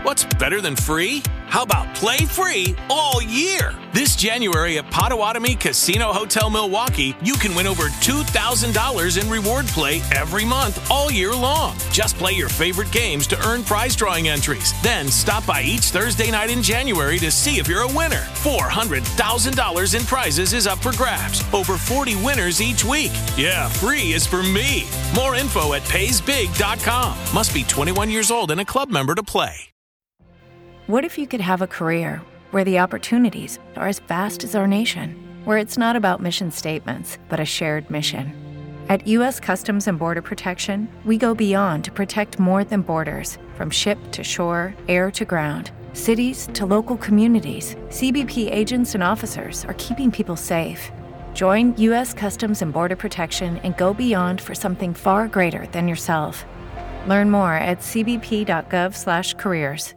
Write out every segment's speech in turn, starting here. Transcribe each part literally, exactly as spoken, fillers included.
What's better than free? How about play free all year? This January at Potawatomi Casino Hotel Milwaukee, you can win over two thousand dollars in reward play every month all year long. Just play your favorite games to earn prize drawing entries. Then stop by each Thursday night in January to see if you're a winner. four hundred thousand dollars in prizes is up for grabs. Over forty winners each week. Yeah, free is for me. More info at pays big dot com. Must be twenty-one years old and a club member to play. What if you could have a career where the opportunities are as vast as our nation, where it's not about mission statements, but a shared mission? At U S Customs and Border Protection, we go beyond to protect more than borders, from ship to shore, air to ground, cities to local communities. C B P agents and officers are keeping people safe. Join U S Customs and Border Protection and go beyond for something far greater than yourself. Learn more at c b p dot gov slash careers.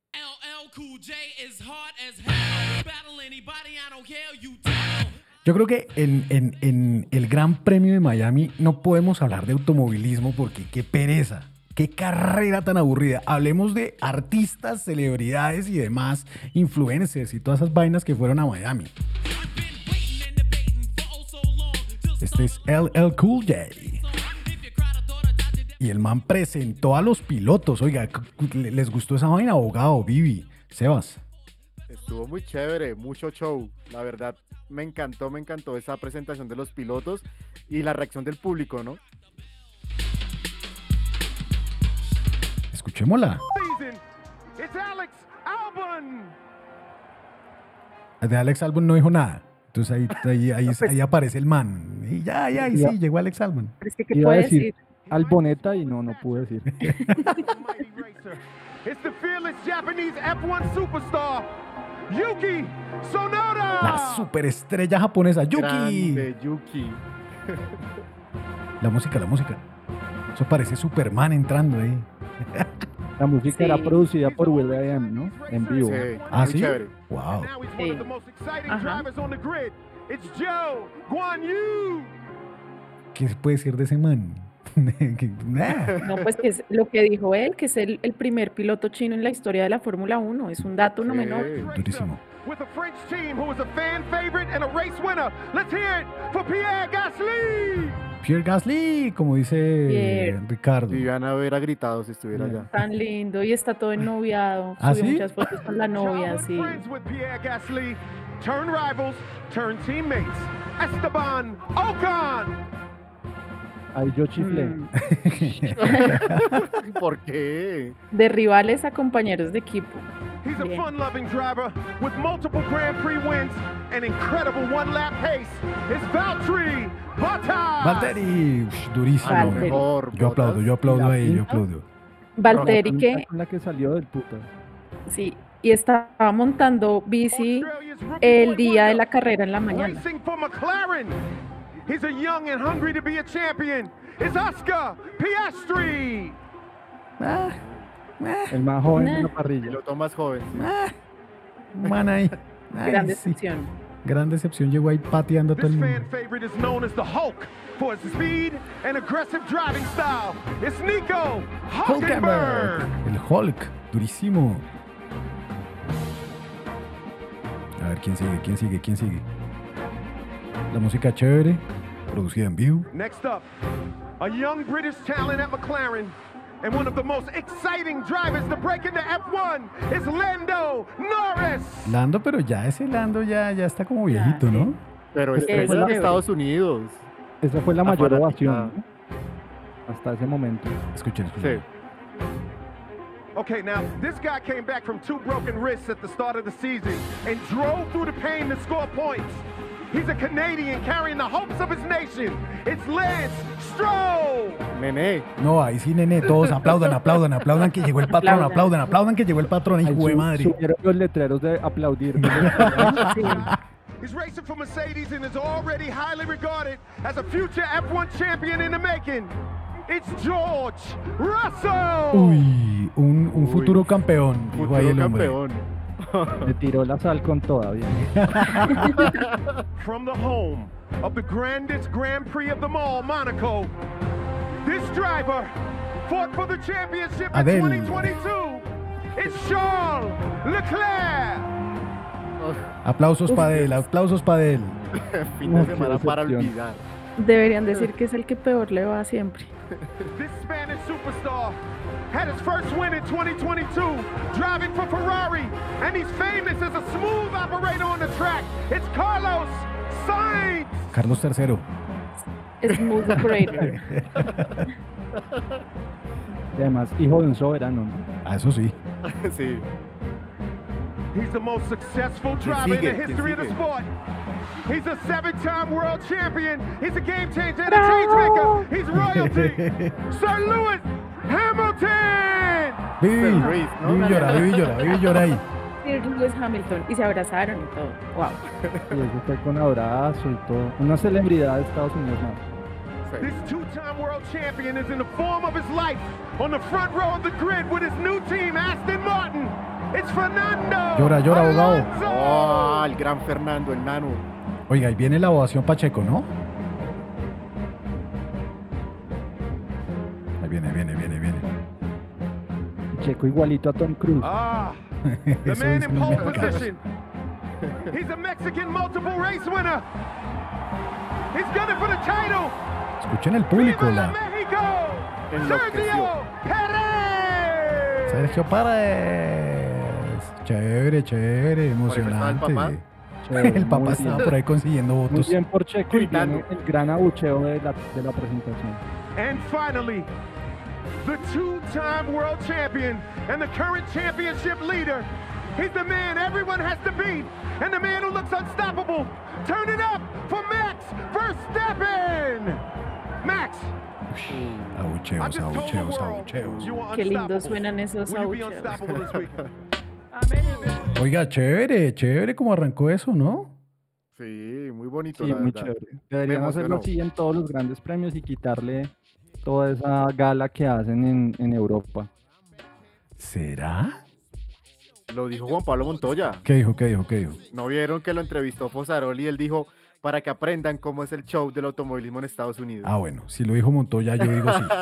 Yo creo que en, en, en el Gran Premio de Miami no podemos hablar de automovilismo porque qué pereza, qué carrera tan aburrida. Hablemos de artistas, celebridades y demás influencers y todas esas vainas que fueron a Miami. Este es L L Cool J. Y el man presentó a los pilotos. Oiga, ¿les gustó esa vaina, abogado, Vivi, Sebas? Estuvo muy chévere, mucho show. La verdad, me encantó, me encantó esa presentación de los pilotos y la reacción del público, ¿no? Escuchémosla. De Alex Albon no dijo nada. Entonces ahí, ahí, ahí, ahí aparece el man. Y ya, ya, y sí, llegó Alex Albon. Pero es que, ¿qué puede decir? decir? Alboneta y no, no pude decir. It's the fearless Japanese F uno superstar, Yuki Tsunoda. La superestrella japonesa, Yuki. Grande, Yuki. La música, la música. Eso parece Superman entrando ahí. La música sí. Era producida por Will I Am, ¿no? En vivo. Sí, ah, sí. Chévere. Wow. Sí. ¿Qué se puede decir de ese man? No, pues que es lo que dijo él, que es el, el primer piloto chino en la historia de la Fórmula uno. Es un dato no menor. Durísimo. Pierre Gasly, como dice Pierre. Ricardo. Y van a ver a gritados si estuviera allá. Tan lindo y está todo ennoviado. ¿Ah, Subió sí? muchas fotos con la novia, sí. Turn rivals, turn teammates. Esteban Ocon. Ahí yo chiflé. Mm. ¿Por qué? De rivales a compañeros de equipo. He's a fun-loving driver with multiple Grand Prix wins and incredible one-lap pace. It's Valtteri Bottas. Valtteri, durísimo. Valtteri. Mejor, Yo aplaudo, yo aplaudo ¿La ahí, yo pinta? aplaudo. Valtteri que, La que salió del puta. sí, y estaba montando bici el día de la carrera en la mañana. Racing for McLaren. He's a young and hungry to be a champion. It's Oscar Piastri. Ah, ah, El más joven Nah. de la parrilla. Piloto más joven. ah. Man ahí. Ay, Gran sí. decepción. Gran decepción, llegó ahí pateando a todo This el fan mundo. favorite is known as the Hulk for his speed and aggressive driving style. It's Nico Hulkenberg, Hulkenberg. el Hulk, durísimo. A ver, ¿quién sigue? ¿Quién sigue? ¿Quién sigue? La música chévere, producida en vivo. Next up, a young British talent at McLaren and one of the most exciting drivers to break into F uno is Lando Norris. Lando, pero ya ese Lando ya, ya está como viejito, ¿no? Pero Pues este es fue en chévere. Estados Unidos. Esa fue la La mayor fanaticada. ovación, ¿no? Hasta ese momento. Escuchen, escuchen. Sí. Okay, now this guy came back from two broken wrists at the start of the season and drove through the pain to score points. He's a Canadian carrying the hopes of his nation. It's Lance Stroll. Nene. No, ahí sí, nene, todos aplaudan, aplaudan, aplaudan que llegó el patrón, Aplaudan. aplaudan, aplaudan que llegó el patrón, Ahí hijo de su- madre. subieron los letreros de aplaudir. He's racing for Mercedes and is already highly regarded as a future F uno champion in the making. It's George Russell. Uy, un, un Uy, futuro campeón, dijo ahí Futuro el hombre. campeón. Le tiró la sal con toda, bien. From the home of the grandest Grand Prix of them all, Monaco, this driver fought for the championship in Adele. twenty twenty-two. It's Charles Leclerc. Aplausos para él, aplausos para él. Fin de Uf, qué semana para decepción. olvidar. Deberían decir que es el que peor le va siempre. This Spanish superstar had his first win in twenty twenty-two, driving for Ferrari, and he's famous as a smooth operator on the track. It's Carlos Sainz. Carlos tercero. Smooth operator. Y además, hijo de un soberano. ¿no? Ah, eso sí. Sí. He's the most successful driver in sigue? the history of the ¿Quién sigue? sport. He's a seven-time world champion. He's a game changer and a change maker. He's royalty. Sir Lewis Hamilton. Vivi, Sir Luis, ¿no? Vivi llora, Vivi llora, Vivi llora ahí. Sir Lewis Hamilton. Y se abrazaron y todo. Wow. Y eso fue con abrazo y todo. Una celebridad de Estados Unidos más. This two-time world champion is in the form of his life on the front row of the grid with his new team, Aston Martin. It's Fernando. Llora, llora, abogado. Alonso. Oh, el gran Fernando, el nano. Oiga, ahí viene la ovación Pacheco, ¿no? Ahí viene, viene, viene, viene. Checo igualito a Tom Cruise. Ah, the Eso man es in muy pole mexicano. position. He's a Mexican multiple race winner. He's gunning for the title. Escuchen el público, Viva la la México. Enloqueció. Sergio Pérez. Sergio Párez. Chévere, chévere, eso estaba el emocionante. papá. Chévere, El papá muy estaba bien. por ahí consiguiendo Muy votos. bien por Checo y Gritando. viene el gran abucheo de la, de la presentación. And finally, the two-time world champion and the current championship leader. He's the man everyone has to beat, and the man who looks unstoppable. Turn it up for Max Verstappen. Max, I Abucheos, just told the abucheos, world abucheos. you are Qué lindos unstoppable. suenan esos Will you be abucheos. unstoppable this weekend? Oiga, chévere, chévere cómo arrancó eso, ¿no? Sí, muy bonito, Sí, la muy verdad. chévere. Deberían hacerlo emocionó. así en todos los grandes premios y quitarle toda esa gala que hacen en, en Europa. ¿Será? Lo dijo Juan Pablo Montoya. ¿Qué dijo, qué dijo, qué dijo? ¿No vieron que lo entrevistó Fosaroli y él dijo para que aprendan cómo es el show del automovilismo en Estados Unidos? Ah, bueno, si lo dijo Montoya, yo digo sí.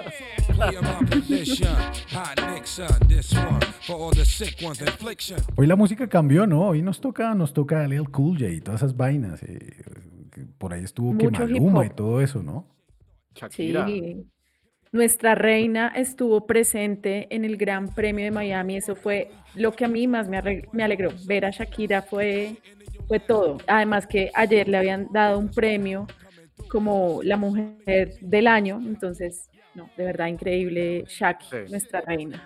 Hoy la música cambió, ¿no? Hoy nos toca, nos toca L L Cool J y todas esas vainas. eh, que por ahí estuvo que Mucho hip Maluma y hop. todo eso, ¿no? Shakira. Sí. Nuestra reina estuvo presente en el Gran Premio de Miami. Eso fue lo que a mí más me, arreg- me alegró. Ver a Shakira fue, fue todo. Además que ayer le habían dado un premio como la mujer del año. Entonces, no, de verdad increíble Shaki, Sí. nuestra reina.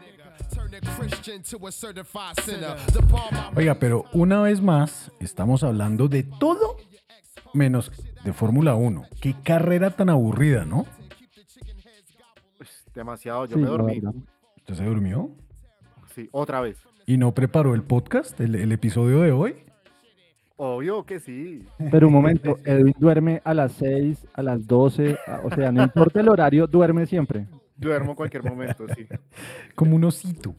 Oiga, pero una vez más, estamos hablando de todo menos de Fórmula uno. Qué carrera tan aburrida, ¿no? Pues, demasiado, yo Sí, me la dormí. verdad. ¿Usted se durmió? Sí, otra vez. ¿Y no preparó el podcast, el, el episodio de hoy? Obvio que sí. Pero un momento, Edwin duerme a las seis, a las doce, a- o sea, no importa el horario, duerme siempre. Duermo en cualquier momento, sí. Como un osito.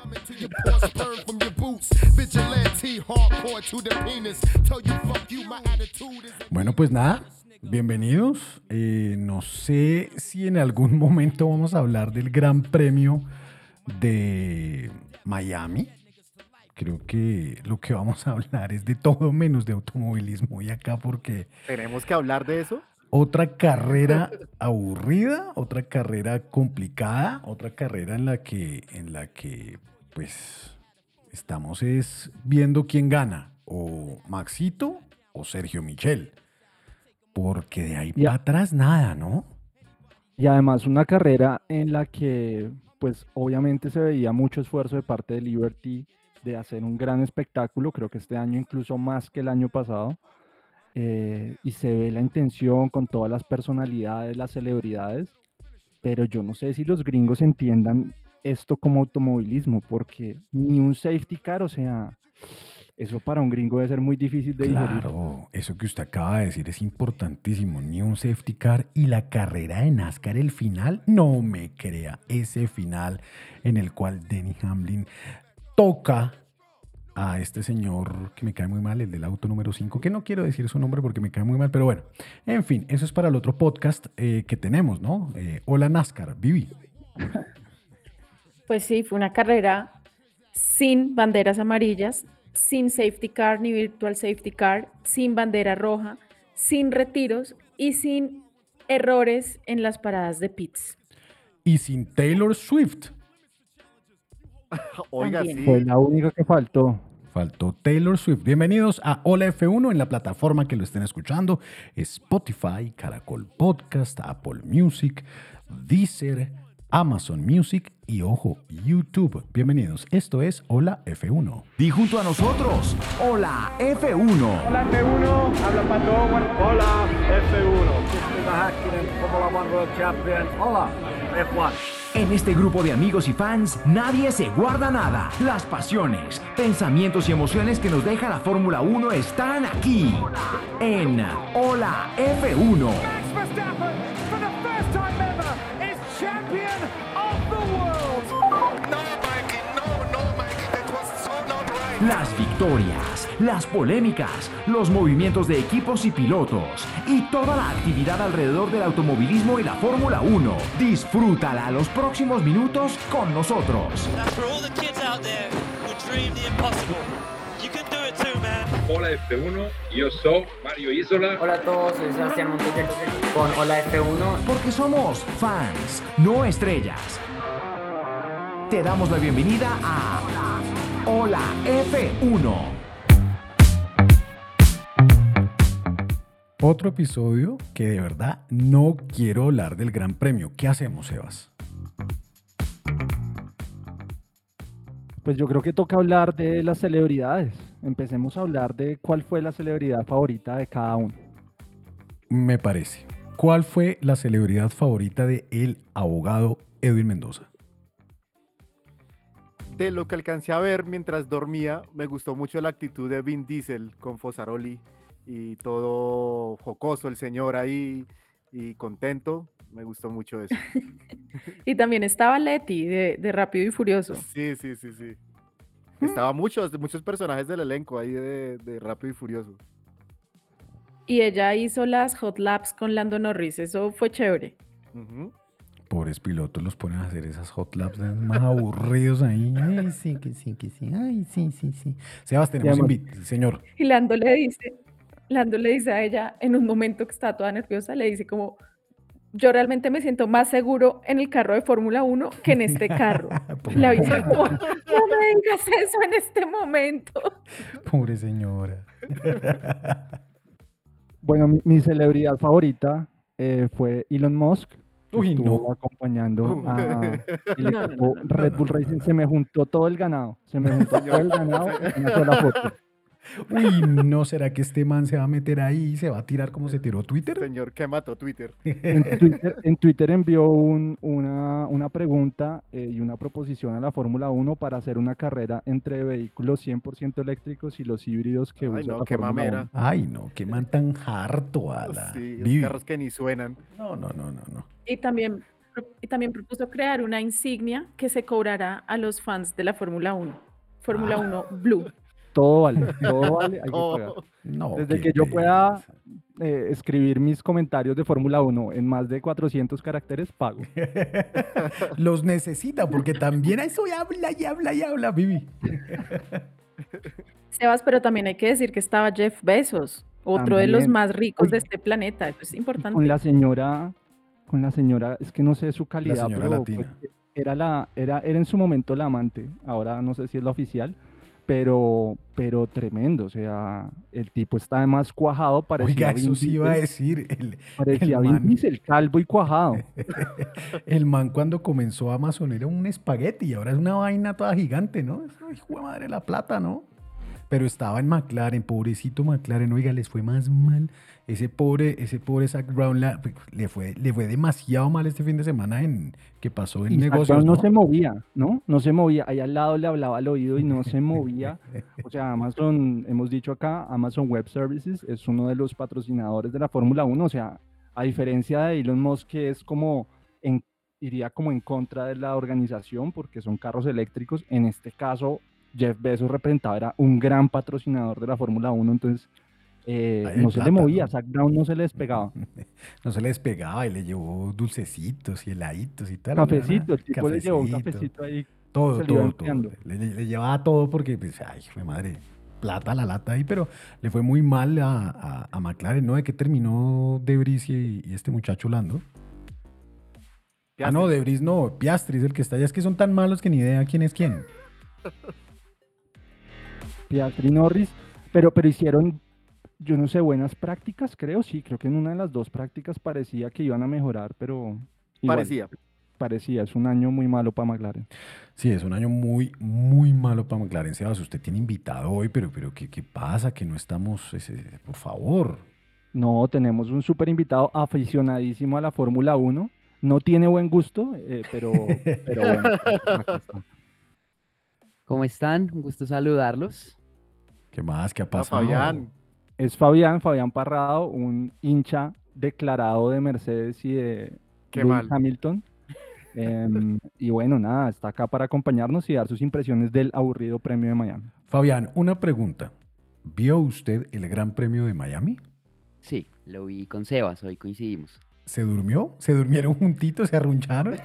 Bueno, pues nada, bienvenidos. Eh, no sé si en algún momento vamos a hablar del Gran Premio de Miami. Creo que lo que vamos a hablar es de todo menos de automovilismo hoy acá porque ¿Tenemos que hablar de eso? otra carrera aburrida, otra carrera complicada, otra carrera en la que, en la que pues estamos es viendo quién gana, o Maxito o Sergio Michel, porque de ahí Ya. para atrás nada, ¿no? Y además una carrera en la que, pues obviamente se veía mucho esfuerzo de parte de Liberty de hacer un gran espectáculo, creo que este año incluso más que el año pasado, eh, y se ve la intención con todas las personalidades, las celebridades, pero yo no sé si los gringos entiendan esto como automovilismo, porque ni un safety car, o sea, eso para un gringo debe ser muy difícil de digerir. Claro, eso que usted acaba de decir es importantísimo. Ni un safety car y la carrera de NASCAR, el final, no me crea. Ese final en el cual Denny Hamlin toca a este señor que me cae muy mal, el del auto número cinco, que no quiero decir su nombre porque me cae muy mal, pero bueno, en fin, eso es para el otro podcast eh, que tenemos, ¿no? Eh, Hola NASCAR, Vivi. Pues sí, fue una carrera sin banderas amarillas, sin safety car ni virtual safety car, sin bandera roja, sin retiros y sin errores en las paradas de pits. Y sin Taylor Swift. Oiga, También. sí. Fue la única que faltó. Faltó Taylor Swift. Bienvenidos a Hola F uno en la plataforma que lo estén escuchando. Spotify, Caracol Podcast, Apple Music, Deezer, Amazon Music y, ojo, YouTube. Bienvenidos. Esto es Hola F uno. Di junto a nosotros, Hola F uno. Hola F uno, habla Pato Howard. Hola F uno. En este grupo de amigos y fans, nadie se guarda nada. Las pasiones, pensamientos y emociones que nos deja la Fórmula uno están aquí. En Hola F uno. Max Verstappen, for the first time ever, is champion of the world. No, Mikey, no, no, Mikey, that was so not right. Las victorias, las polémicas, los movimientos de equipos y pilotos y toda la actividad alrededor del automovilismo y la Fórmula uno. Disfrútala los próximos minutos con nosotros. That's for all the kids out there who dream the impossible. You can do it too, man. Hola F uno, yo soy Mario Isola. Hola a todos, soy Sebastián Montoya con Hola F uno. Porque somos fans, no estrellas. Te damos la bienvenida a Hola F uno. Otro episodio que de verdad no quiero hablar del Gran Premio. ¿Qué hacemos, Sebas? Pues yo creo que toca hablar de las celebridades. Empecemos a hablar de cuál fue la celebridad favorita de cada uno. Me parece. ¿Cuál fue la celebridad favorita de el abogado Edwin Mendoza? De lo que alcancé a ver mientras dormía, me gustó mucho la actitud de Vin Diesel con Fosaroli y todo jocoso el señor ahí y contento. Me gustó mucho eso. Y también estaba Letty de, de Rápido y Furioso. Sí, sí, sí, sí. Estaba muchos, muchos personajes del elenco ahí de, de Rápido y Furioso. Y ella hizo las hot laps con Lando Norris. Eso fue chévere. Ujú. Pobres pilotos los ponen a hacer esas hot laps más aburridos ahí. Ay, sí, que sí, que sí. Ay, sí, sí, sí. Sebas, tenemos invitado. Señor. Y Lando le dice, Lando le dice a ella, en un momento que está toda nerviosa, le dice como, yo realmente me siento más seguro en el carro de Fórmula uno que en este carro. Le avisa como, no me digas eso en este momento. Pobre señora. Bueno, mi, mi celebridad favorita eh, fue Elon Musk. Uy, Estuvo no. acompañando a el No, equipo Red Bull Racing. Se me juntó todo el ganado. Se me juntó todo el ganado en una sola foto. Uy, ¿no será que este man se va a meter ahí y se va a tirar como se tiró Twitter? Señor que mató Twitter. En Twitter, en Twitter envió un- una, una pregunta eh, y una proposición a la Fórmula uno para hacer una carrera entre vehículos cien por ciento eléctricos y los híbridos que Ay, usa no, la qué Fórmula mamera. uno. Ay, no, qué man tan harto a la Sí, los Vivi. carros que ni suenan. No, no, no, no, no. Y también, y también propuso crear una insignia que se cobrará a los fans de la Fórmula uno. Fórmula uno Blue. Todo vale, todo vale, hay que Oh, pagar. No, Desde qué que yo pueda pereza. eh, escribir mis comentarios de Fórmula uno en más de cuatrocientos caracteres, pago. Los necesita porque también a eso y habla y habla y habla, Vivi. Sebas, pero también hay que decir que estaba Jeff Bezos, otro de los También. más ricos de Oye, este planeta. Eso es Y importante. con la señora, con la señora, es que no sé su calidad, señora pero latina. pues, era la, era, era en su momento la amante, ahora no sé si es la oficial, pero, pero tremendo, o sea, el tipo está además cuajado, parecía Oiga, Vin eso sí iba a Diesel, decir. El, parecía el Vin man. Diesel, calvo y cuajado. el man cuando comenzó Amazon era un espagueti y ahora es una vaina toda gigante, ¿no? Eso, hijo de madre, la plata, ¿no? Pero estaba en McLaren, pobrecito McLaren, oiga, les fue más mal. Ese pobre, ese pobre Zach Brown la- le, fue, le fue demasiado mal este fin de semana en que pasó en Y Zach negocios, Brown no ¿no? se movía, ¿no? No se movía. Ahí al lado le hablaba al oído y no se movía. O sea, Amazon, hemos dicho acá, Amazon Web Services es uno de los patrocinadores de la Fórmula uno. O sea, a diferencia de Elon Musk, que es como, en, iría como en contra de la organización porque son carros eléctricos, en este caso Jeff Bezos representaba, era un gran patrocinador de la Fórmula uno, entonces eh, Ahí hay no se plata, le movía, ¿no? Zach Brown no se le despegaba. No se le despegaba y le llevó dulcecitos y heladitos y tal. ¿no? Cafecito, el tipo le llevó un Cafecito. cafecito ahí Todo, se le iba todo, todo. enfriando. Le, le- le llevaba todo porque, pues, ay, hijo de madre, plata la lata ahí, pero le fue muy mal a, a- a McLaren, ¿no? ¿De qué terminó De Vries y, y este muchacho Lando? Ah, no, De Vries no, Piastri es el que está allá. Es que son tan malos que ni idea quién es quién. Piastri Norris, pero, pero hicieron, yo no sé, buenas prácticas, creo, sí, creo que en una de las dos prácticas parecía que iban a mejorar, pero igual, Parecía. parecía, es un año muy malo para McLaren. Sí, es un año muy, muy malo para McLaren. Sebas, usted tiene invitado hoy, pero, pero ¿qué, qué pasa? Que no estamos, ese- por favor. No, tenemos un súper invitado aficionadísimo a la Fórmula Uno, no tiene buen gusto, eh, pero, pero bueno, aquí está. ¿Cómo están? Un gusto saludarlos. ¿Qué más? ¿Qué ha Ah, pasado? Fabián. Es Fabián, Fabián Parrado, un hincha declarado de Mercedes y de Qué Lewis mal. Hamilton. Em, y bueno, nada, está acá para acompañarnos y dar sus impresiones del aburrido Premio de Miami. Fabián, una pregunta. ¿Vio usted el Gran Premio de Miami? Sí, lo vi con Sebas, hoy coincidimos. ¿Se durmió? ¿Se durmieron juntitos? ¿Se arruncharon?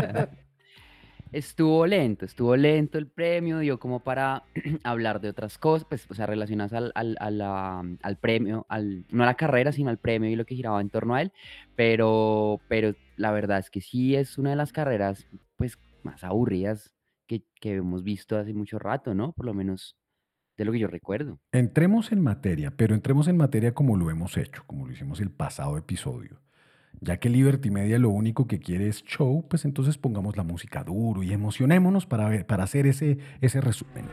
Estuvo lento, estuvo lento el premio, dio como para hablar de otras cosas, pues, o sea, relacionadas al, al, a la- al premio, al, no a la carrera, sino al premio y lo que giraba en torno a él, pero, pero la verdad es que sí es una de las carreras, pues, más aburridas que, que hemos visto hace mucho rato, ¿no? Por lo menos de lo que yo recuerdo. Entremos en materia, pero entremos en materia como lo hemos hecho, como lo hicimos el pasado episodio. Ya que Liberty Media lo único que quiere es show, pues entonces pongamos la música duro y emocionémonos para, ver, para hacer ese, ese resumen.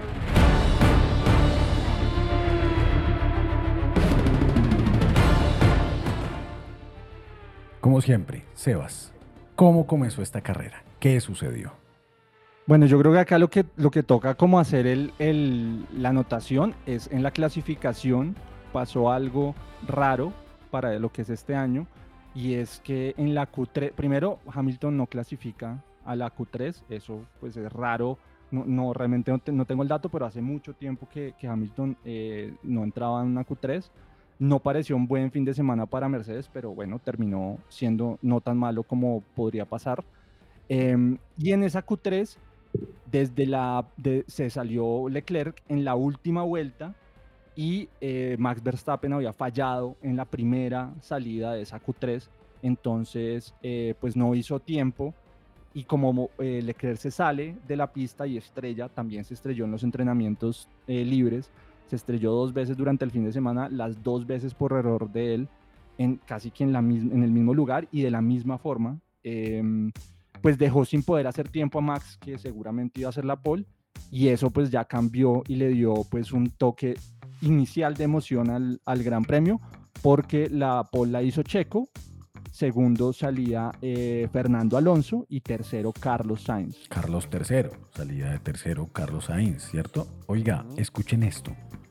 Como siempre, Sebas, ¿cómo comenzó esta carrera? ¿Qué sucedió? Bueno, yo creo que acá lo que, lo que toca como hacer el, el- la anotación es en la clasificación pasó algo raro para lo que es este año y es que en la Q tres, primero Hamilton no clasifica a la Q tres, eso pues es raro, no, no realmente no, te- no tengo el dato, pero hace mucho tiempo que, que Hamilton eh, no entraba en una Q tres. No pareció un buen fin de semana para Mercedes, pero bueno, terminó siendo no tan malo como podría pasar. Em, y en esa Q tres, desde la, de- se salió Leclerc en la última vuelta y eh, Max Verstappen había fallado en la primera salida de esa Q tres, entonces eh, pues no hizo tiempo y como eh, Leclerc se sale de la pista y estrella, también se estrelló en los entrenamientos eh, libres, se estrelló dos veces durante el fin de semana, las dos veces por error de él, en casi que en, la mis- en el mismo lugar y de la misma forma. em, pues dejó sin poder hacer tiempo a Max, que seguramente iba a hacer la pole, y eso pues ya cambió y le dio pues un toque inicial de emoción al, al Gran Premio, porque la pole la hizo Checo, segundo salía eh, Fernando Alonso y tercero Carlos Sainz. Carlos tercero, salida de tercero Carlos Sainz, ¿cierto? Oiga, escuchen esto.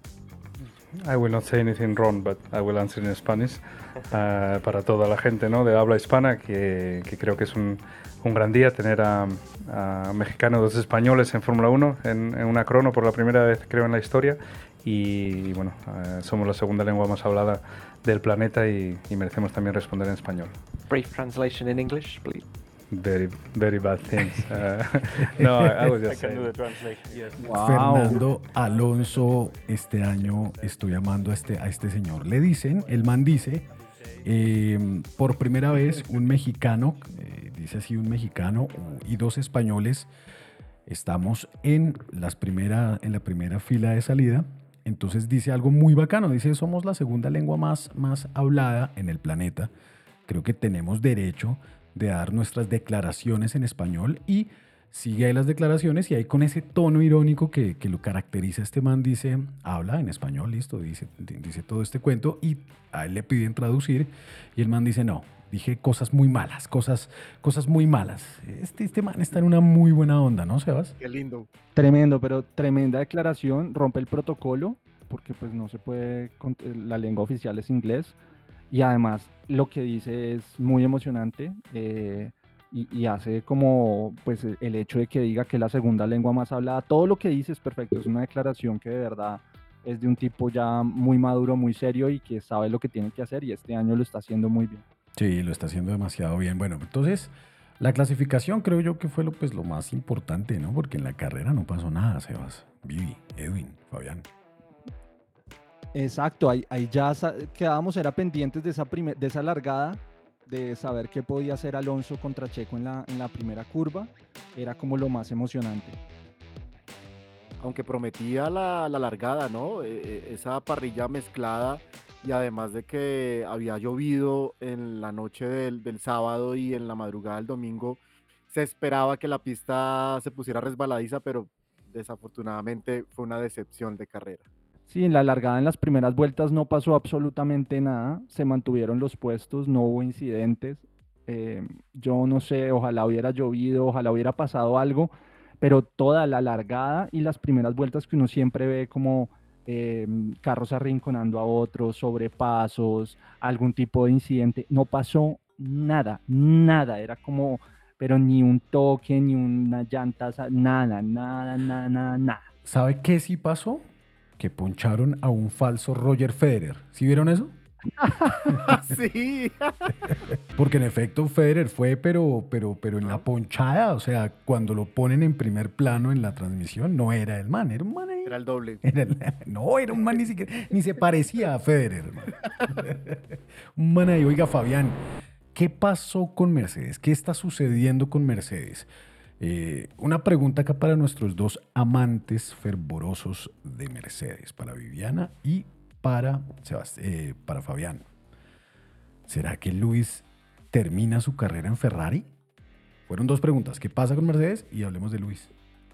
I will not say anything wrong, but I will answer in Spanish. Uh, para toda la gente, ¿no?, de habla hispana, que, que creo que es un, un gran día tener a, a mexicanos, dos españoles en Fórmula uno, en, en una crono por la primera vez, creo, en la historia. Y, y bueno, uh, somos la segunda lengua más hablada del planeta y, y merecemos también responder en español. Brief translation in English, please. Very, very bad things. Uh, no, I, I was just I can do saying. the translation. Yes. Fernando Alonso, este año estoy amando a este, a este señor. Le dicen, el man dice, eh, por primera vez un mexicano, eh, dice así un mexicano y dos españoles, estamos en, las primera, en la primera fila de salida. Entonces dice algo muy bacano, dice somos la segunda lengua más, más hablada en el planeta. Creo que tenemos derecho de dar nuestras declaraciones en español y sigue ahí las declaraciones y ahí con ese tono irónico que, que lo caracteriza este man dice, habla en español, listo, dice, dice todo este cuento y a él le piden traducir y el man dice, no, dije cosas muy malas, cosas, cosas muy malas. Este, este man está en una muy buena onda, ¿no, Sebas? Qué lindo. Tremendo, pero tremenda declaración, rompe el protocolo, porque pues no se puede, la lengua oficial es inglés, y además lo que dice es muy emocionante, eh, y, y hace como pues el hecho de que diga que es la segunda lengua más hablada, todo lo que dice es perfecto, es una declaración que de verdad es de un tipo ya muy maduro, muy serio y que sabe lo que tiene que hacer y este año lo está haciendo muy bien. Sí, lo está haciendo demasiado bien. Bueno, entonces La clasificación creo yo que fue lo, pues, lo más importante, ¿no? Porque en la carrera no pasó nada, Sebas, Vivi, Edwin, Fabián. Exacto, ahí, ahí ya sa- quedábamos, era pendientes de esa, primer- de esa largada, de saber qué podía hacer Alonso contra Checo en la, en la primera curva, era como lo más emocionante. Aunque prometía la, la largada, ¿no? Eh, eh, esa parrilla mezclada y además de que había llovido en la noche del, del sábado y en la madrugada del domingo, se esperaba que la pista se pusiera resbaladiza, pero desafortunadamente fue una decepción de carrera. Sí, en la largada, en las primeras vueltas no pasó absolutamente nada, se mantuvieron los puestos, no hubo incidentes. Eh, yo no sé, ojalá hubiera llovido, ojalá hubiera pasado algo, pero toda la largada y las primeras vueltas que uno siempre ve como eh, carros arrinconando a otros, sobrepasos, algún tipo de incidente, no pasó nada, nada, era como, pero ni un toque, ni una llanta, sa- nada, nada, nada, nada, nada. ¿Sabe qué sí pasó? Que poncharon a un falso Roger Federer. ¿Sí vieron eso? Sí. Porque en efecto Federer fue, pero, pero, pero en la ponchada, o sea, cuando lo ponen en primer plano en la transmisión, no era el man, era un man ahí. Era el doble. Era el- no, era un man ni siquiera, ni se parecía a Federer. Man. Un man ahí, oiga, Fabián, ¿qué pasó con Mercedes? ¿Qué está sucediendo con Mercedes? Eh, una pregunta acá para nuestros dos amantes fervorosos de Mercedes, para Viviana y para, Sebast- eh, para Fabián. ¿Será que Luis termina su carrera en Ferrari? Fueron dos preguntas. ¿Qué pasa con Mercedes? Y hablemos de Luis.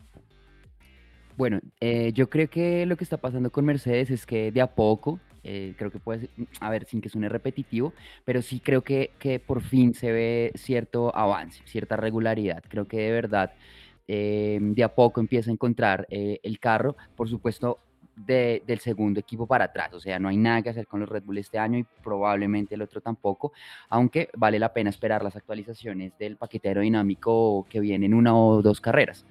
Bueno, eh, yo creo que lo que está pasando con Mercedes es que de a poco, eh, creo que puede ser, a ver, sin que suene repetitivo, pero sí creo que, que por fin se ve cierto avance, cierta regularidad. Creo que de verdad eh, de a poco empieza a encontrar eh, el carro, por supuesto, de- del segundo equipo para atrás. O sea, no hay nada que hacer con los Red Bull este año y probablemente el otro tampoco, aunque vale la pena esperar las actualizaciones del paquete aerodinámico que vienen una o dos carreras.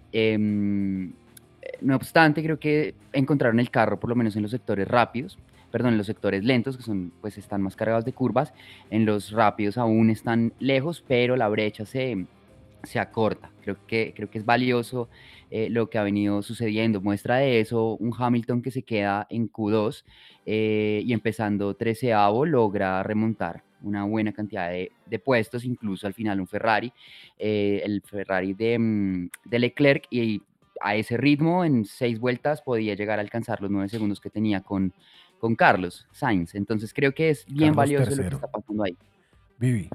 Em, no obstante, creo que encontraron el carro, por lo menos en los sectores rápidos, perdón, en los sectores lentos, que son, pues están más cargados de curvas. En los rápidos aún están lejos, pero la brecha se, se acorta. Creo que, creo que es valioso eh, lo que ha venido sucediendo. Muestra de eso un Hamilton que se queda en Q dos eh, y empezando treceavo logra remontar una buena cantidad de, de puestos, incluso al final un Ferrari, eh, el Ferrari de, mm, de Leclerc, y a ese ritmo en seis vueltas podía llegar a alcanzar los nueve segundos que tenía con, con Carlos Sainz. Entonces creo que es bien Carlos valioso lo que tercero. está pasando ahí. Vivi.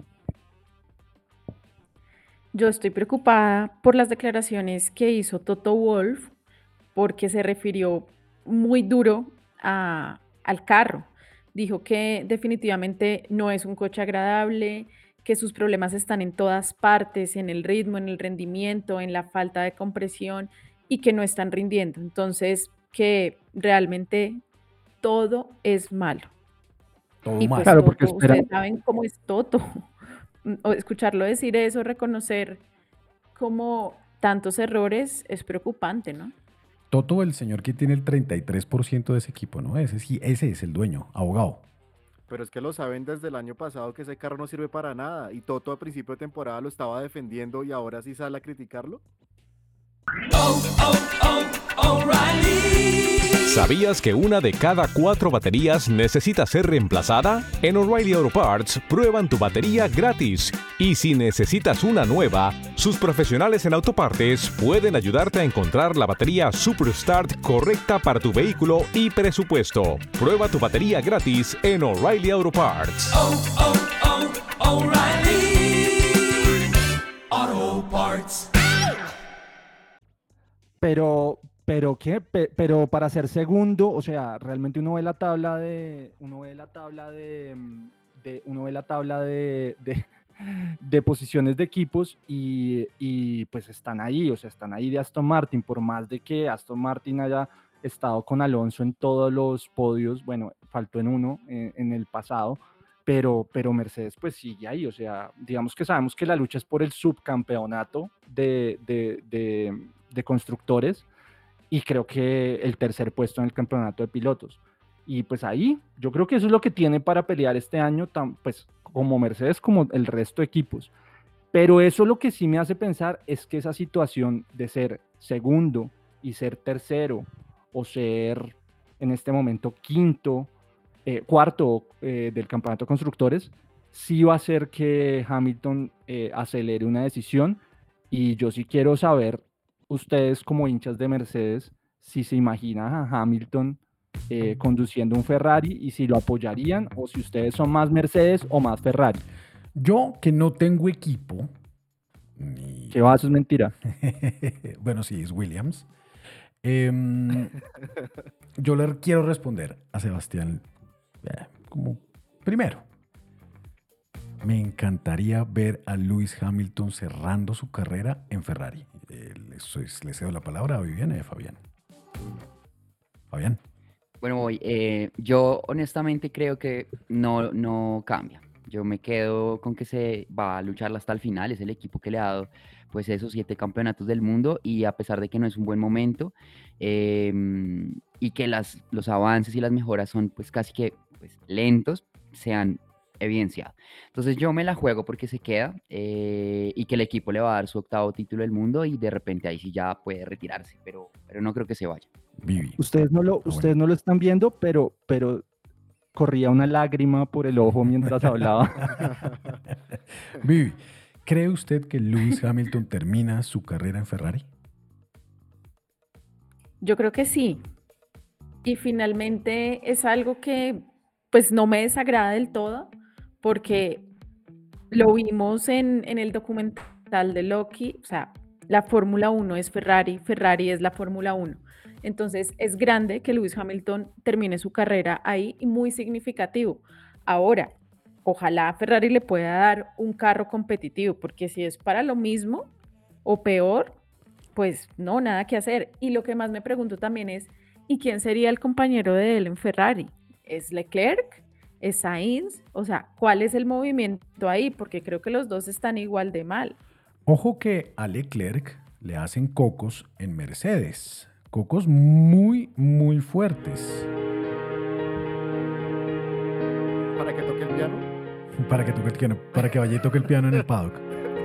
Yo estoy preocupada por las declaraciones que hizo Toto Wolff, porque se refirió muy duro a- al carro. Dijo que definitivamente no es un coche agradable, que sus problemas están en todas partes, en el ritmo, en el rendimiento, en la falta de compresión y que no están rindiendo. Entonces, que realmente todo es malo. Todo Y mal. pues Claro, porque Toto, espera, ustedes saben cómo es Toto. O escucharlo decir eso, reconocer como tantos errores es preocupante, ¿no? Toto, el señor que tiene el treinta y tres por ciento de ese equipo, ¿no? Ese, sí, ese es el dueño, abogado. Pero es que lo saben desde el año pasado que ese carro no sirve para nada. Y Toto a principio de temporada lo estaba defendiendo y ahora sí sale a criticarlo. ¿Sabías que una de cada cuatro baterías necesita ser reemplazada? En O'Reilly Auto Parts prueban tu batería gratis. Y si necesitas una nueva, sus profesionales en autopartes pueden ayudarte a encontrar la batería Superstart correcta para tu vehículo y presupuesto. Prueba tu batería gratis en O'Reilly Auto Parts. pero, pero qué, Pe- pero para ser segundo, o sea, realmente uno ve la tabla de, uno ve la tabla de, mm, de- uno ve la tabla de, de, de posiciones de equipos y, y pues están ahí, o sea, están ahí de Aston Martin, por más de que Aston Martin haya estado con Alonso en todos los podios, bueno, faltó en uno en, en el pasado, pero, pero Mercedes pues sigue ahí, o sea, digamos que sabemos que la lucha es por el subcampeonato de, de, de, de constructores y creo que el tercer puesto en el campeonato de pilotos. Y pues ahí, yo creo que eso es lo que tiene para pelear este año, tan, pues como Mercedes, como el resto de equipos. Pero eso lo que sí me hace pensar es que esa situación de ser segundo y ser tercero o ser en este momento quinto, eh, cuarto eh, del campeonato de constructores, sí va a hacer que Hamilton eh, acelere una decisión. Y yo sí quiero saber, ustedes como hinchas de Mercedes, si se imaginan a Hamilton eh, conduciendo un Ferrari y si lo apoyarían o si ustedes son más Mercedes o más Ferrari. Yo que no tengo equipo. Ni... ¿Qué va? Eso es mentira. Bueno, sí, es Williams. Eh, yo le quiero responder a Sebastián eh, como primero. Me encantaría ver a Lewis Hamilton cerrando su carrera en Ferrari. Eh, les, les cedo la palabra a Viviana y a Fabián. Fabián. Bueno, voy. Eh, yo honestamente creo que no, no cambia. Yo me quedo con que se va a lucharla hasta el final. Es el equipo que le ha dado pues esos siete campeonatos del mundo y a pesar de que no es un buen momento eh, y que las, los avances y las mejoras son pues casi que pues, lentos, se han evidenciado. Entonces yo me la juego porque se queda eh, y que el equipo le va a dar su octavo título del mundo y de repente ahí sí ya puede retirarse, pero, pero no creo que se vaya. Vivi. Ustedes no lo, ustedes no lo están viendo, pero, pero corría una lágrima por el ojo mientras hablaba. Vivi, ¿cree usted que Lewis Hamilton termina su carrera en Ferrari? Yo creo que sí. Y finalmente es algo que pues no me desagrada del todo, porque lo vimos en, en el documental de Loki, o sea, la Fórmula uno es Ferrari, Ferrari es la Fórmula uno. Entonces es grande que Lewis Hamilton termine su carrera ahí y muy significativo. Ahora, ojalá Ferrari le pueda dar un carro competitivo, porque si es para lo mismo o peor, pues no, nada que hacer. Y lo que más me pregunto también es, ¿y quién sería el compañero de él en Ferrari? ¿Es Leclerc? ¿Es Sainz? O sea, ¿cuál es el movimiento ahí? Porque creo que los dos están igual de mal. Ojo que a Leclerc le hacen cocos en Mercedes. Cocos muy, muy fuertes. ¿Para que toque el piano? Para que toque el piano, para que vaya y toque el piano en el paddock.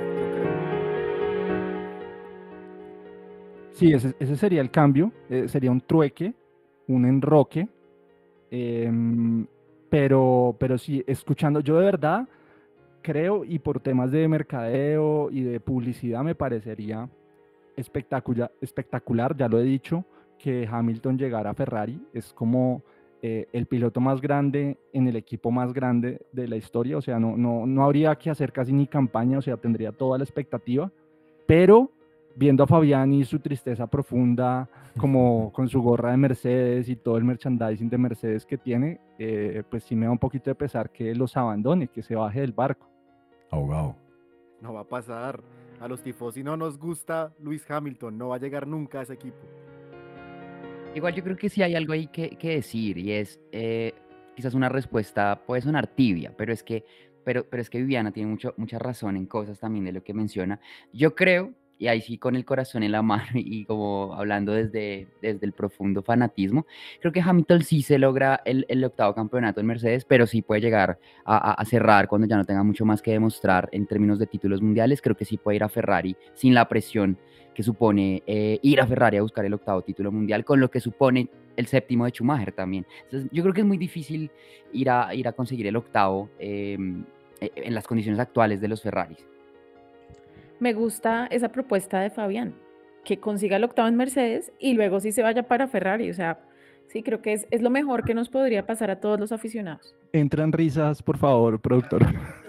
Sí, ese, ese sería el cambio. Eh, sería un trueque, un enroque. Eh, pero, pero sí, escuchando, yo de verdad creo, y por temas de mercadeo y de publicidad me parecería espectacular, espectacular, ya lo he dicho, que Hamilton llegara a Ferrari. Es como eh, el piloto más grande en el equipo más grande de la historia, o sea, no, no, no habría que hacer casi ni campaña, o sea, tendría toda la expectativa, pero viendo a Fabián y su tristeza profunda, como con su gorra de Mercedes y todo el merchandising de Mercedes que tiene, eh, pues sí me da un poquito de pesar que los abandone, que se baje del barco. Ahogado. No va a pasar. A los tifosi no nos gusta Lewis Hamilton, no va a llegar nunca a ese equipo. Igual yo creo que sí hay algo ahí que, que decir y es eh, quizás una respuesta puede sonar tibia, pero es que, pero, pero es que Viviana tiene mucho, mucha razón en cosas también de lo que menciona. Yo creo, y ahí sí con el corazón en la mano y como hablando desde, desde el profundo fanatismo, creo que Hamilton sí se logra el, el octavo campeonato en Mercedes, pero sí puede llegar a, a cerrar cuando ya no tenga mucho más que demostrar en términos de títulos mundiales. Creo que sí puede ir a Ferrari sin la presión que supone eh, ir a Ferrari a buscar el octavo título mundial, con lo que supone el séptimo de Schumacher también. Entonces, yo creo que es muy difícil ir a, ir a conseguir el octavo eh, en las condiciones actuales de los Ferraris. Me gusta esa propuesta de Fabián, que consiga el octavo en Mercedes y luego sí se vaya para Ferrari. O sea, sí, creo que es, es lo mejor que nos podría pasar a todos los aficionados. Entran risas, por favor, productor.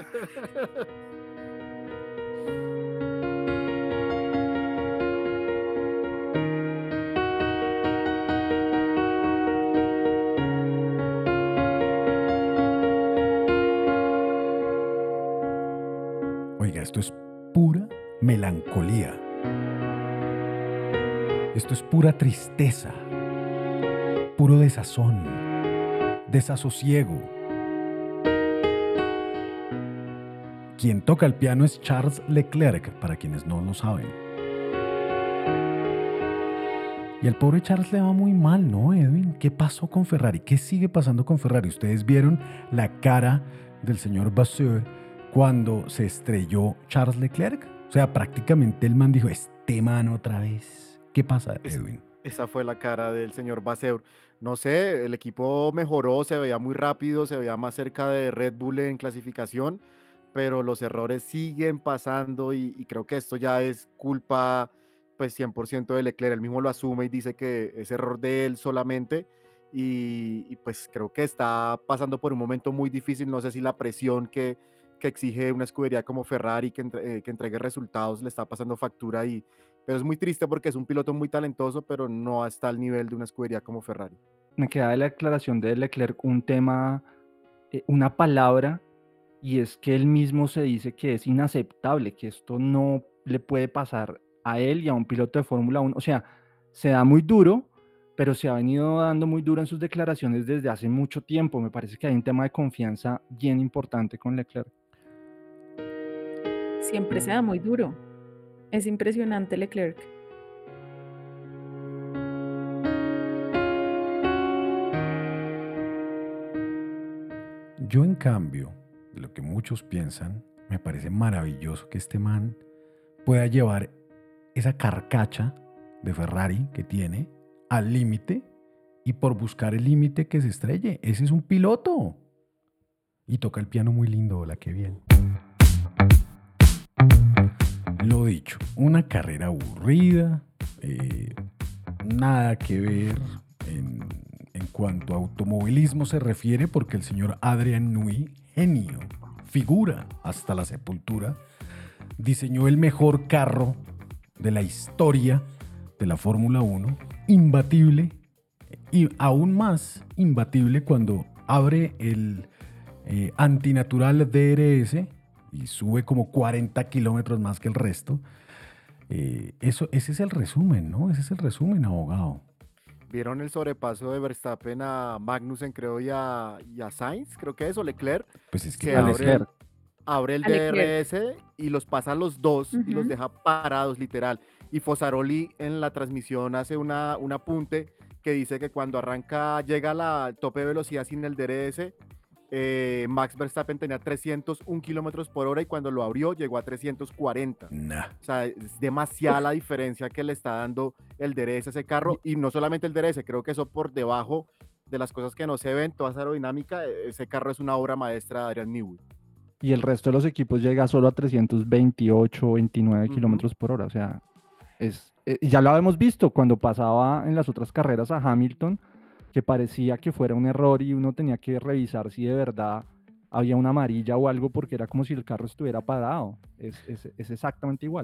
Oiga, esto es pura melancolía. Esto es pura tristeza, puro desazón, desasosiego. Quien toca el piano es Charles Leclerc, para quienes no lo saben. Y al pobre Charles le va muy mal, ¿no, Edwin? ¿Qué pasó con Ferrari? ¿Qué sigue pasando con Ferrari? Ustedes vieron la cara del señor Vasseur cuando se estrelló Charles Leclerc? O sea, prácticamente el man dijo, este man otra vez. ¿Qué pasa, Edwin? Esa fue la cara del señor Vasseur. No sé, el equipo mejoró, se veía muy rápido, se veía más cerca de Red Bull en clasificación, pero los errores siguen pasando y, y creo que esto ya es culpa pues cien por ciento de Leclerc. Él mismo lo asume y dice que es error de él solamente y, y pues creo que está pasando por un momento muy difícil. No sé si la presión que, que exige una escudería como Ferrari que, entre, eh, que entregue resultados le está pasando factura y pero es muy triste porque es un piloto muy talentoso, pero no está al nivel de una escudería como Ferrari. Me queda de la declaración de Leclerc un tema, eh, una palabra, y es que él mismo se dice que es inaceptable, que esto no le puede pasar a él y a un piloto de Fórmula uno. O sea, se da muy duro, pero se ha venido dando muy duro en sus declaraciones desde hace mucho tiempo. Me parece que hay un tema de confianza bien importante con Leclerc. Siempre se da muy duro. Es impresionante Leclerc. Yo, en cambio, de lo que muchos piensan, me parece maravilloso que este man pueda llevar esa carcacha de Ferrari que tiene al límite y por buscar el límite que se estrelle. Ese es un piloto. Y toca el piano muy lindo, la que bien. Lo dicho, una carrera aburrida, eh, nada que ver en, en cuanto a automovilismo se refiere, porque el señor Adrian Newey, genio, figura hasta la sepultura, diseñó el mejor carro de la historia de la Fórmula uno, imbatible, y aún más imbatible cuando abre el eh, antinatural D R S y sube como cuarenta kilómetros más que el resto. Eh, eso, ese es el resumen, ¿no? Ese es el resumen, abogado. ¿Vieron el sobrepaso de Verstappen a Magnussen, creo, y a, y a Sainz? Creo que eso, Leclerc. Pues es que, que abre, el, abre el D R S y los pasa a los dos uh-huh. y los deja parados, literal. Y Fossaroli en la transmisión hace una, un apunte que dice que cuando arranca, llega a la tope de velocidad sin el D R S, Eh, Max Verstappen tenía trescientos un kilómetros por hora y cuando lo abrió llegó a trescientos cuarenta. Nah. O sea, es demasiada la diferencia que le está dando el D R S a ese carro, y no solamente el D R S, creo que eso por debajo de las cosas que no se ven, toda esa aerodinámica, ese carro es una obra maestra de Adrian Newey. Y el resto de los equipos llega solo a trescientos veintiocho, veintinueve uh-huh. kilómetros por hora. O sea, es, eh, ya lo habíamos visto cuando pasaba en las otras carreras a Hamilton, que parecía que fuera un error y uno tenía que revisar si de verdad había una amarilla o algo, porque era como si el carro estuviera parado. Es, es, es exactamente igual.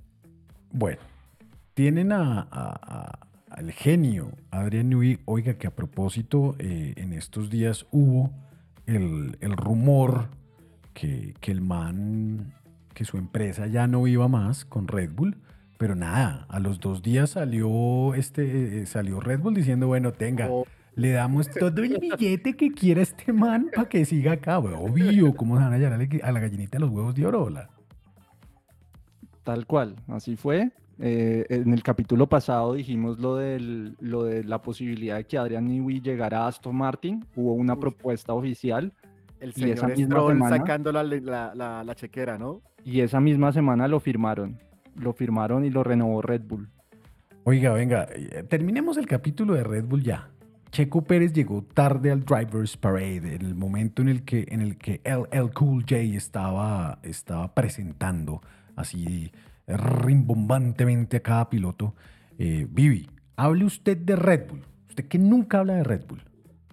Bueno, tienen a, a, a, al genio Adrian Newey. Oiga, que a propósito, eh, en estos días hubo el, el rumor que, que el man, que su empresa ya no iba más con Red Bull. Pero nada, a los dos días salió este, eh, salió Red Bull diciendo, bueno, tenga, oh. le damos todo el billete que quiera este man para que siga acá. Bueno, obvio, ¿cómo se van a hallar a la gallinita de los huevos de oro? ¿Ola? Tal cual, así fue. Eh, en el capítulo pasado dijimos lo, del, lo de la posibilidad de que Adrian Newey llegara a Aston Martin. Hubo una Uf. propuesta oficial. El señor y esa misma Stroll semana, sacando la, la, la, la chequera, ¿no? Y esa misma semana lo firmaron. Lo firmaron y lo renovó Red Bull. Oiga, venga, terminemos el capítulo de Red Bull ya. Checo Pérez llegó tarde al Drivers Parade, en el momento en el que, en el que L L Cool J estaba, estaba presentando así rimbombantemente a cada piloto. Eh, Vivi, hable usted de Red Bull. Usted que nunca habla de Red Bull.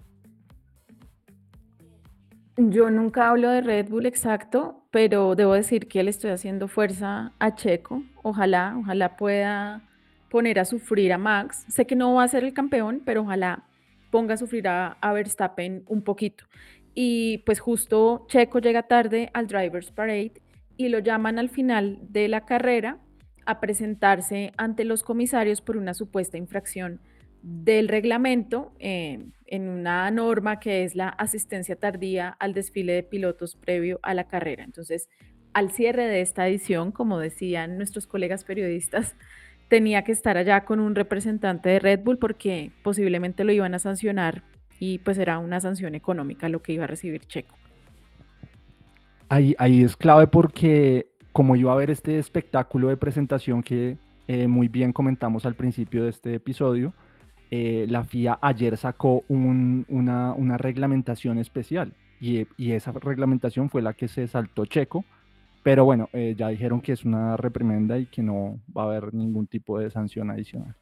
Yo nunca hablo de Red Bull, exacto, pero debo decir que le estoy haciendo fuerza a Checo. Ojalá, ojalá pueda poner a sufrir a Max. Sé que no va a ser el campeón, pero ojalá ponga a sufrir a, a Verstappen un poquito. Y pues justo Checo llega tarde al Drivers Parade y lo llaman al final de la carrera a presentarse ante los comisarios por una supuesta infracción del reglamento, eh, en una norma que es la asistencia tardía al desfile de pilotos previo a la carrera. Entonces, al cierre de esta edición, como decían nuestros colegas periodistas, tenía que estar allá con un representante de Red Bull porque posiblemente lo iban a sancionar y pues era una sanción económica lo que iba a recibir Checo. Ahí, ahí es clave porque como iba a haber este espectáculo de presentación que eh, muy bien comentamos al principio de este episodio, eh, la F I A ayer sacó un- una, una reglamentación especial y, y esa reglamentación fue la que se saltó Checo, pero bueno, eh, ya dijeron que es una reprimenda y que no va a haber ningún tipo de sanción adicional.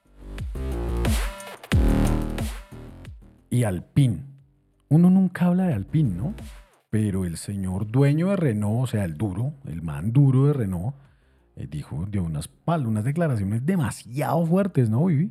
Y Alpine. Uno nunca habla de Alpine, ¿no? Pero el señor dueño de Renault, o sea, el duro, el man duro de Renault, eh, dijo, dio unas, pal- unas declaraciones demasiado fuertes, ¿no, Vivi?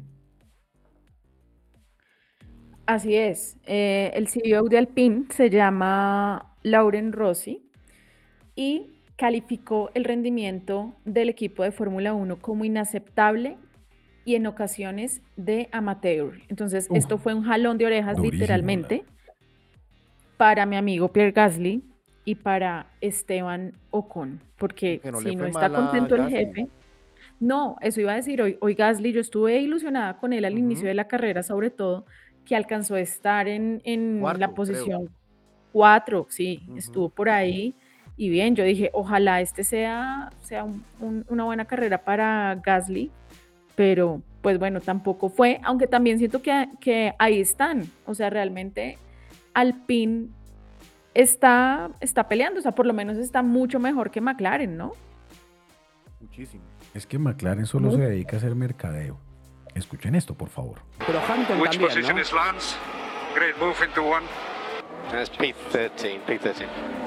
Así es. eh, el C E O de Alpine se llama Lauren Rossi y calificó el rendimiento del equipo de Fórmula uno como inaceptable y en ocasiones de amateur. Entonces, Uf, esto fue un jalón de orejas durísimo, literalmente para mi amigo Pierre Gasly y para Esteban Ocon, porque Que no le si no fue está mal a contento el Gasly. jefe, no, eso iba a decir hoy, hoy Gasly, yo estuve ilusionada con él al inicio de la carrera, sobre todo, que alcanzó a estar en, en Cuarto, la creo. posición cuatro, sí, Ujú. estuvo por ahí. Y bien, yo dije, ojalá este sea, sea un- un- una buena carrera para Gasly, pero pues bueno, tampoco fue, aunque también siento que, que ahí están, o sea, realmente Alpine está, está peleando, o sea, por lo menos está mucho mejor que McLaren, ¿no? Muchísimo. Es que McLaren solo Muy- se dedica a hacer mercadeo. Escuchen esto, por favor. Pero Hamilton Which también, position ¿no? is Lance? Great move into one. That's P thirteen, P thirteen.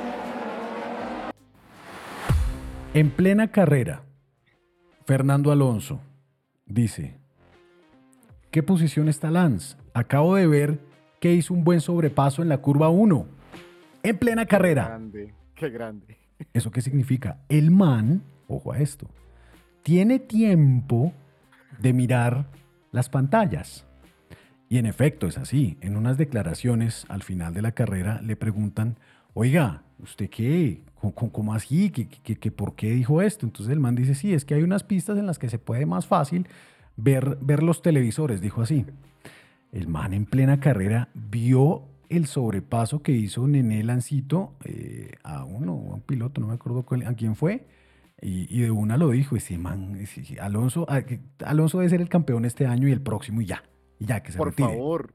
En plena carrera, Fernando Alonso dice, ¿qué posición está Lance? Acabo de ver que hizo un buen sobrepaso en la curva uno. En plena carrera. Grande, qué grande. ¿Eso qué significa? El man, ojo a esto, tiene tiempo de mirar las pantallas. Y en efecto es así. En unas declaraciones al final de la carrera le preguntan, oiga, ¿usted qué? ¿Cómo, cómo- cómo así? ¿Qué, qué- qué- por qué dijo esto? Entonces el man dice, sí, es que hay unas pistas en las que se puede más fácil ver, ver los televisores, dijo así. El man en plena carrera vio el sobrepaso que hizo Nené Lancito eh, a uno, a un piloto, no me acuerdo cuál- a quién fue, y, y de una lo dijo, ese man, ese- Alonso, a- que- Alonso debe ser el campeón este año y el próximo y ya, y ya que se Por retire. favor.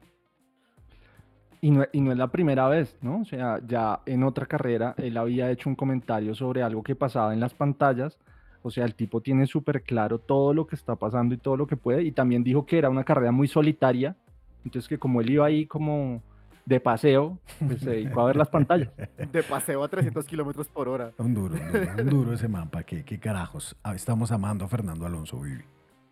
Y no, y no es la primera vez, ¿no? O sea, ya en otra carrera él había hecho un comentario sobre algo que pasaba en las pantallas. O sea, el tipo tiene súper claro todo lo que está pasando y todo lo que puede. Y también dijo que era una carrera muy solitaria. Entonces que como él iba ahí como de paseo, pues se dedicó a ver las pantallas. De paseo a trescientos kilómetros por hora. Un duro, un duro, un duro ese man, ¿para qué? ¿Qué carajos? Ah, estamos amando a Fernando Alonso, Vivi.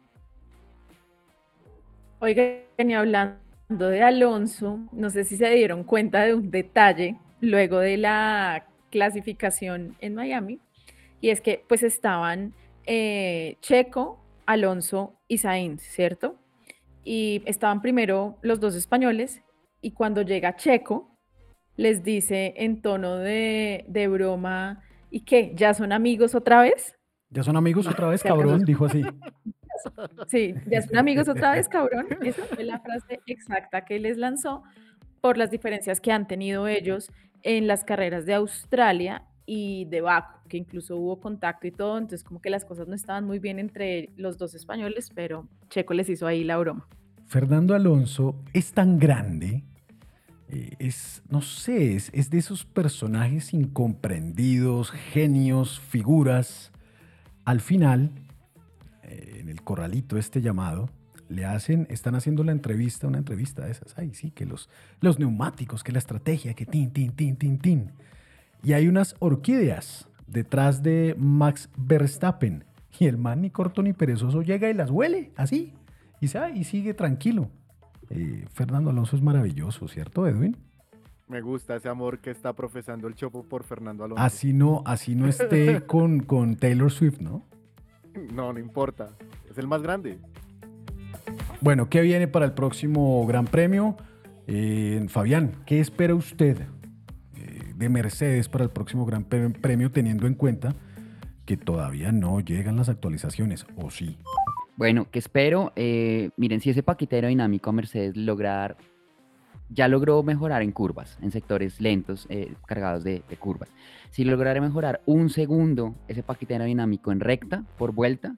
Oigan, y hablando de Alonso, no sé si se dieron cuenta de un detalle luego de la clasificación en Miami, y es que pues estaban eh, Checo, Alonso y Sainz, ¿cierto? Y estaban primero los dos españoles, y cuando llega Checo, les dice en tono de, de broma, ¿y qué? ¿Ya son amigos otra vez? ¿Ya son amigos otra vez, ¿Se alcanzó? cabrón? Dijo así. Sí, ya son amigos otra vez, cabrón. Esa fue la frase exacta que les lanzó por las diferencias que han tenido ellos en las carreras de Australia y de Baku, que incluso hubo contacto y todo, entonces como que las cosas no estaban muy bien entre los dos españoles, pero Checo les hizo ahí la broma. Fernando Alonso es tan grande, eh, es, no sé, es, es de esos personajes incomprendidos, genios, figuras. Al final, eh, en el corralito este llamado, le hacen, están haciendo la entrevista, una entrevista de esas, ay sí, que los, los neumáticos, que la estrategia, que tin, tin, tin, tin, tin. Y hay unas orquídeas detrás de Max Verstappen. Y el man ni corto ni perezoso llega y las huele, así. Y, sabe, y sigue tranquilo. Eh, Fernando Alonso es maravilloso, ¿cierto, Edwin? Me gusta ese amor que está profesando el Chopo por Fernando Alonso. Así no, así no esté con, con Taylor Swift, ¿no? No, no importa. Es el más grande. Bueno, ¿qué viene para el próximo Gran Premio? Eh, Fabián, ¿qué espera usted eh, de Mercedes para el próximo Gran Pre- Premio, teniendo en cuenta que todavía no llegan las actualizaciones, o sí? Bueno, que espero, eh, miren, si ese paquete aerodinámico a Mercedes logra dar ya logró mejorar en curvas, en sectores lentos, eh, cargados de, de curvas. Si lograra mejorar un segundo ese paquete aerodinámico en recta por vuelta,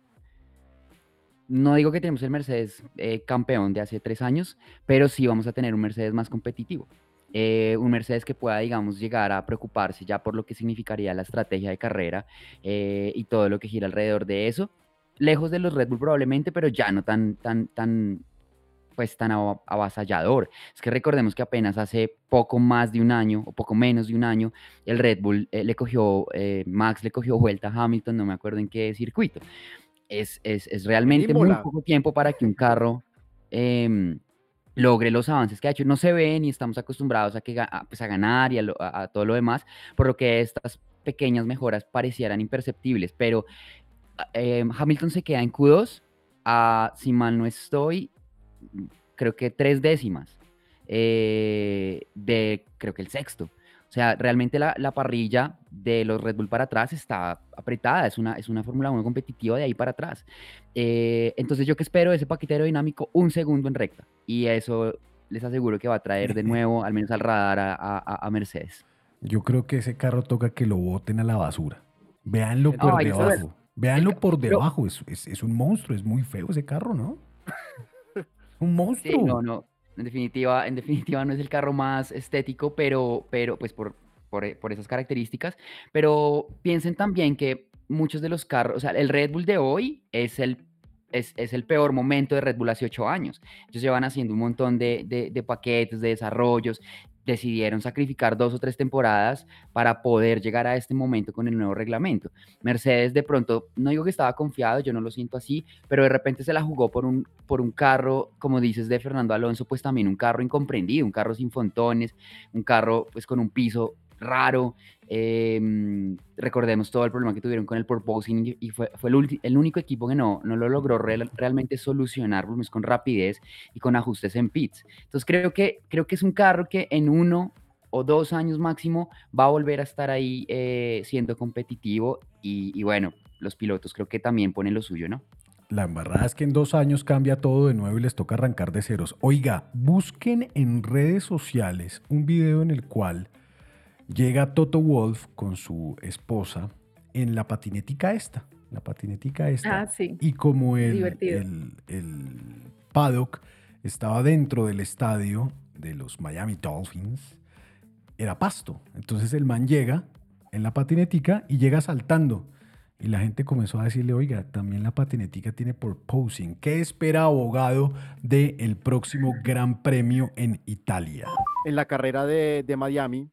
no digo que tenemos el Mercedes eh, campeón de hace tres años, pero sí vamos a tener un Mercedes más competitivo. Eh, un Mercedes que pueda, digamos, llegar a preocuparse ya por lo que significaría la estrategia de carrera eh, y todo lo que gira alrededor de eso. Lejos de los Red Bull probablemente, pero ya no tan, tan, tan, pues tan av- avasallador. Es que recordemos que apenas hace poco más de un año, o poco menos de un año, el Red Bull eh, le cogió, eh, Max le cogió vuelta a Hamilton, no me acuerdo en qué circuito. Es, es, es En realmente muy Imola. poco tiempo para que un carro em, logre los avances que ha hecho. No se ven y estamos acostumbrados a, que, ga- a, pues, a ganar y a, lo- a- a todo lo demás, por lo que estas pequeñas mejoras parecieran imperceptibles, pero eh, Hamilton se queda en Q dos, a, si mal no estoy, creo que tres décimas eh, de, creo que el sexto. O sea, realmente la, la parrilla de los Red Bull para atrás está apretada, es una, es una Fórmula uno competitiva de ahí para atrás. Eh, entonces, ¿yo qué espero de ese paquete aerodinámico? Un segundo en recta. Y eso les aseguro que va a traer de nuevo, al menos al radar, a, a- a Mercedes. Yo creo que ese carro toca que lo boten a la basura. Véanlo por Ay, pero el, debajo. Véanlo el ca- por pero debajo. Es, es, es un monstruo, es muy feo ese carro, ¿no? Un sí, monstruo. no, no. En definitiva, en definitiva no es el carro más estético, pero, pero pues por, por, e- por esas características. Pero piensen también que muchos de los carros, o sea, el Red Bull de hoy es el, es, es el peor momento de Red Bull hace ocho años. Ellos llevan haciendo un montón de, de, de paquetes, de desarrollos. Decidieron sacrificar dos o tres temporadas para poder llegar a este momento con el nuevo reglamento. Mercedes de pronto, no digo que estaba confiado, yo no lo siento así, pero de repente se la jugó por un, por un carro, como dices, de Fernando Alonso, pues también un carro incomprendido, un carro sin fontones, un carro pues con un piso raro. Eh, recordemos todo el problema que tuvieron con el porpoising y y fue, fue el, ulti- el único equipo que no, no lo logró real- realmente solucionar, por lo menos con rapidez y con ajustes en pits. Entonces creo que, creo que es un carro que en uno o dos años máximo va a volver a estar ahí eh, siendo competitivo y, y bueno, los pilotos creo que también ponen lo suyo, ¿no? La embarrada es que en dos años cambia todo de nuevo y les toca arrancar de ceros. Oiga, busquen en redes sociales un video en el cual llega Toto Wolff con su esposa en la patinetica esta, la patinetica esta. Ah, sí. Y como el, Divertido. el, el paddock estaba dentro del estadio de los Miami Dolphins, era pasto. Entonces el man llega en la patinetica y llega saltando. Y la gente comenzó a decirle, oiga, también la patinetica tiene porpoising. ¿Qué espera abogado del próximo Gran Premio en Italia? En la carrera de, de Miami,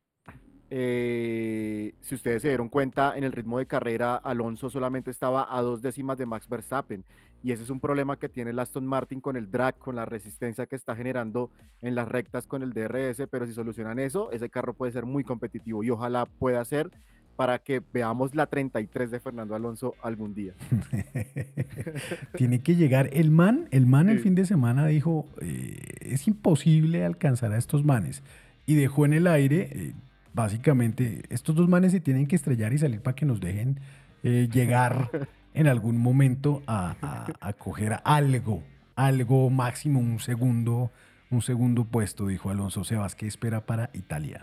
eh, si ustedes se dieron cuenta, en el ritmo de carrera, Alonso solamente estaba a dos décimas de Max Verstappen. Y ese es un problema que tiene el Aston Martin con el drag, con la resistencia que está generando en las rectas con el D R S. Pero si solucionan eso, ese carro puede ser muy competitivo y ojalá pueda ser para que veamos la treinta y tres de Fernando Alonso algún día. Tiene que llegar. El man, el man el Sí. fin de semana dijo, eh, es imposible alcanzar a estos manes. Y dejó en el aire, eh, básicamente, estos dos manes se tienen que estrellar y salir para que nos dejen eh, llegar en algún momento a, a, a coger algo, algo máximo, un segundo, un segundo puesto, dijo Alonso. Sebas, ¿qué espera para Italia?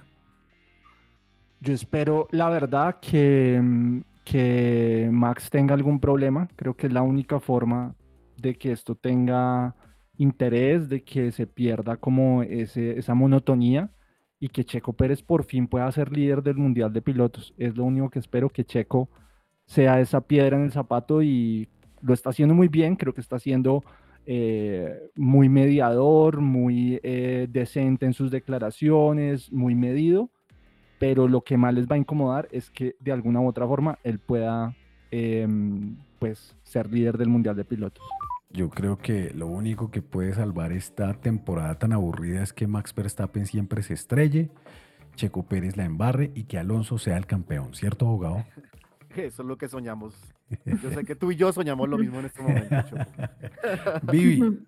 Yo espero, la verdad, que, mm, que Max tenga algún problema. Creo que es la única forma de que esto tenga interés, de que se pierda como ese, esa monotonía y que Checo Pérez por fin pueda ser líder del Mundial de Pilotos. Es lo único que espero, que Checo sea esa piedra en el zapato, y lo está haciendo muy bien. Creo que está siendo eh, muy mediador, muy eh, decente en sus declaraciones, muy medido. Pero lo que más les va a incomodar es que de alguna u otra forma él pueda eh, pues ser líder del Mundial de Pilotos. Yo creo que lo único que puede salvar esta temporada tan aburrida es que Max Verstappen siempre se estrelle, Checo Pérez la embarre y que Alonso sea el campeón, ¿cierto, abogado? Eso es lo que soñamos. Yo sé que tú y yo soñamos lo mismo en este momento, Choco. Vivi.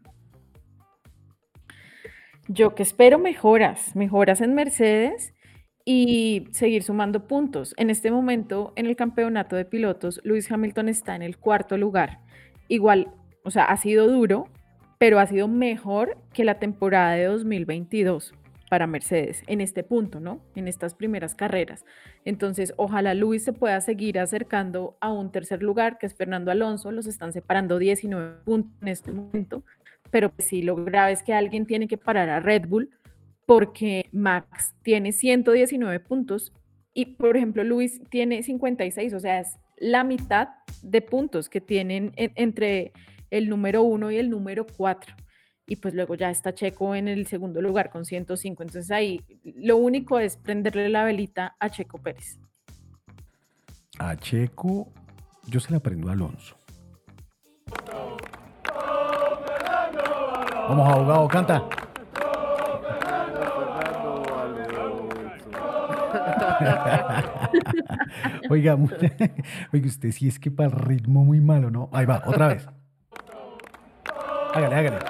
Yo que espero mejoras, mejoras en Mercedes y seguir sumando puntos. En este momento, en el campeonato de pilotos, Lewis Hamilton está en el cuarto lugar. Igual, o sea, ha sido duro, pero ha sido mejor que la temporada de dos mil veintidós. para Mercedes en este punto, ¿no? En estas primeras carreras. Entonces, ojalá Lewis se pueda seguir acercando a un tercer lugar, que es Fernando Alonso. Los están separando diecinueve puntos en este momento, pero pues sí, lo grave es que alguien tiene que parar a Red Bull, porque Max tiene ciento diecinueve puntos y, por ejemplo, Lewis tiene cincuenta y seis, o sea, es la mitad de puntos que tienen en, entre el número uno y el número cuatro. Y pues luego ya está Checo en el segundo lugar con ciento cinco. Entonces ahí lo único es prenderle la velita a Checo Pérez. A Checo, yo se la prendo a Alonso. Vamos, abogado, canta. Oiga, oiga, usted sí es que para el ritmo muy malo, ¿no? Ahí va, otra vez. Hágale, hágale.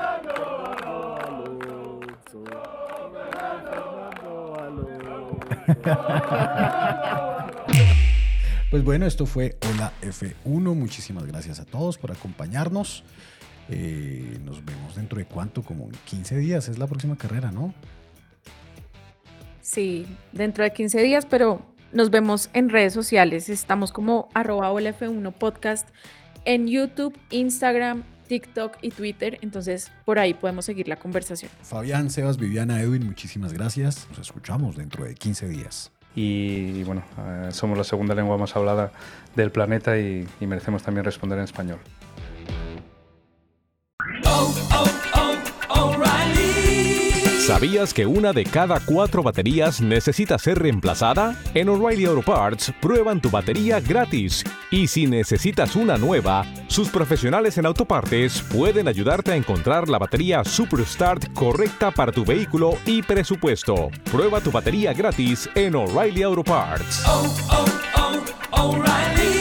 Pues bueno, esto fue Hola F uno. Muchísimas gracias a todos por acompañarnos. Eh, nos vemos dentro de cuánto, como en quince días. Es la próxima carrera, ¿no? Sí, dentro de quince días, pero nos vemos en redes sociales. Estamos como arroba Hola F uno podcast en YouTube, Instagram, TikTok y Twitter. Entonces, por ahí podemos seguir la conversación. Fabián, Sebas, Viviana, Edwin, muchísimas gracias. Nos escuchamos dentro de quince días. Y bueno, eh, somos la segunda lengua más hablada del planeta y, y merecemos también responder en español. Oh, oh, oh, O'Reilly. ¿Sabías que una de cada cuatro baterías necesita ser reemplazada? En O'Reilly Auto Parts prueban tu batería gratis. Y si necesitas una nueva, sus profesionales en autopartes pueden ayudarte a encontrar la batería Superstart correcta para tu vehículo y presupuesto. Prueba tu batería gratis en O'Reilly Auto Parts. Oh, oh, oh, O'Reilly.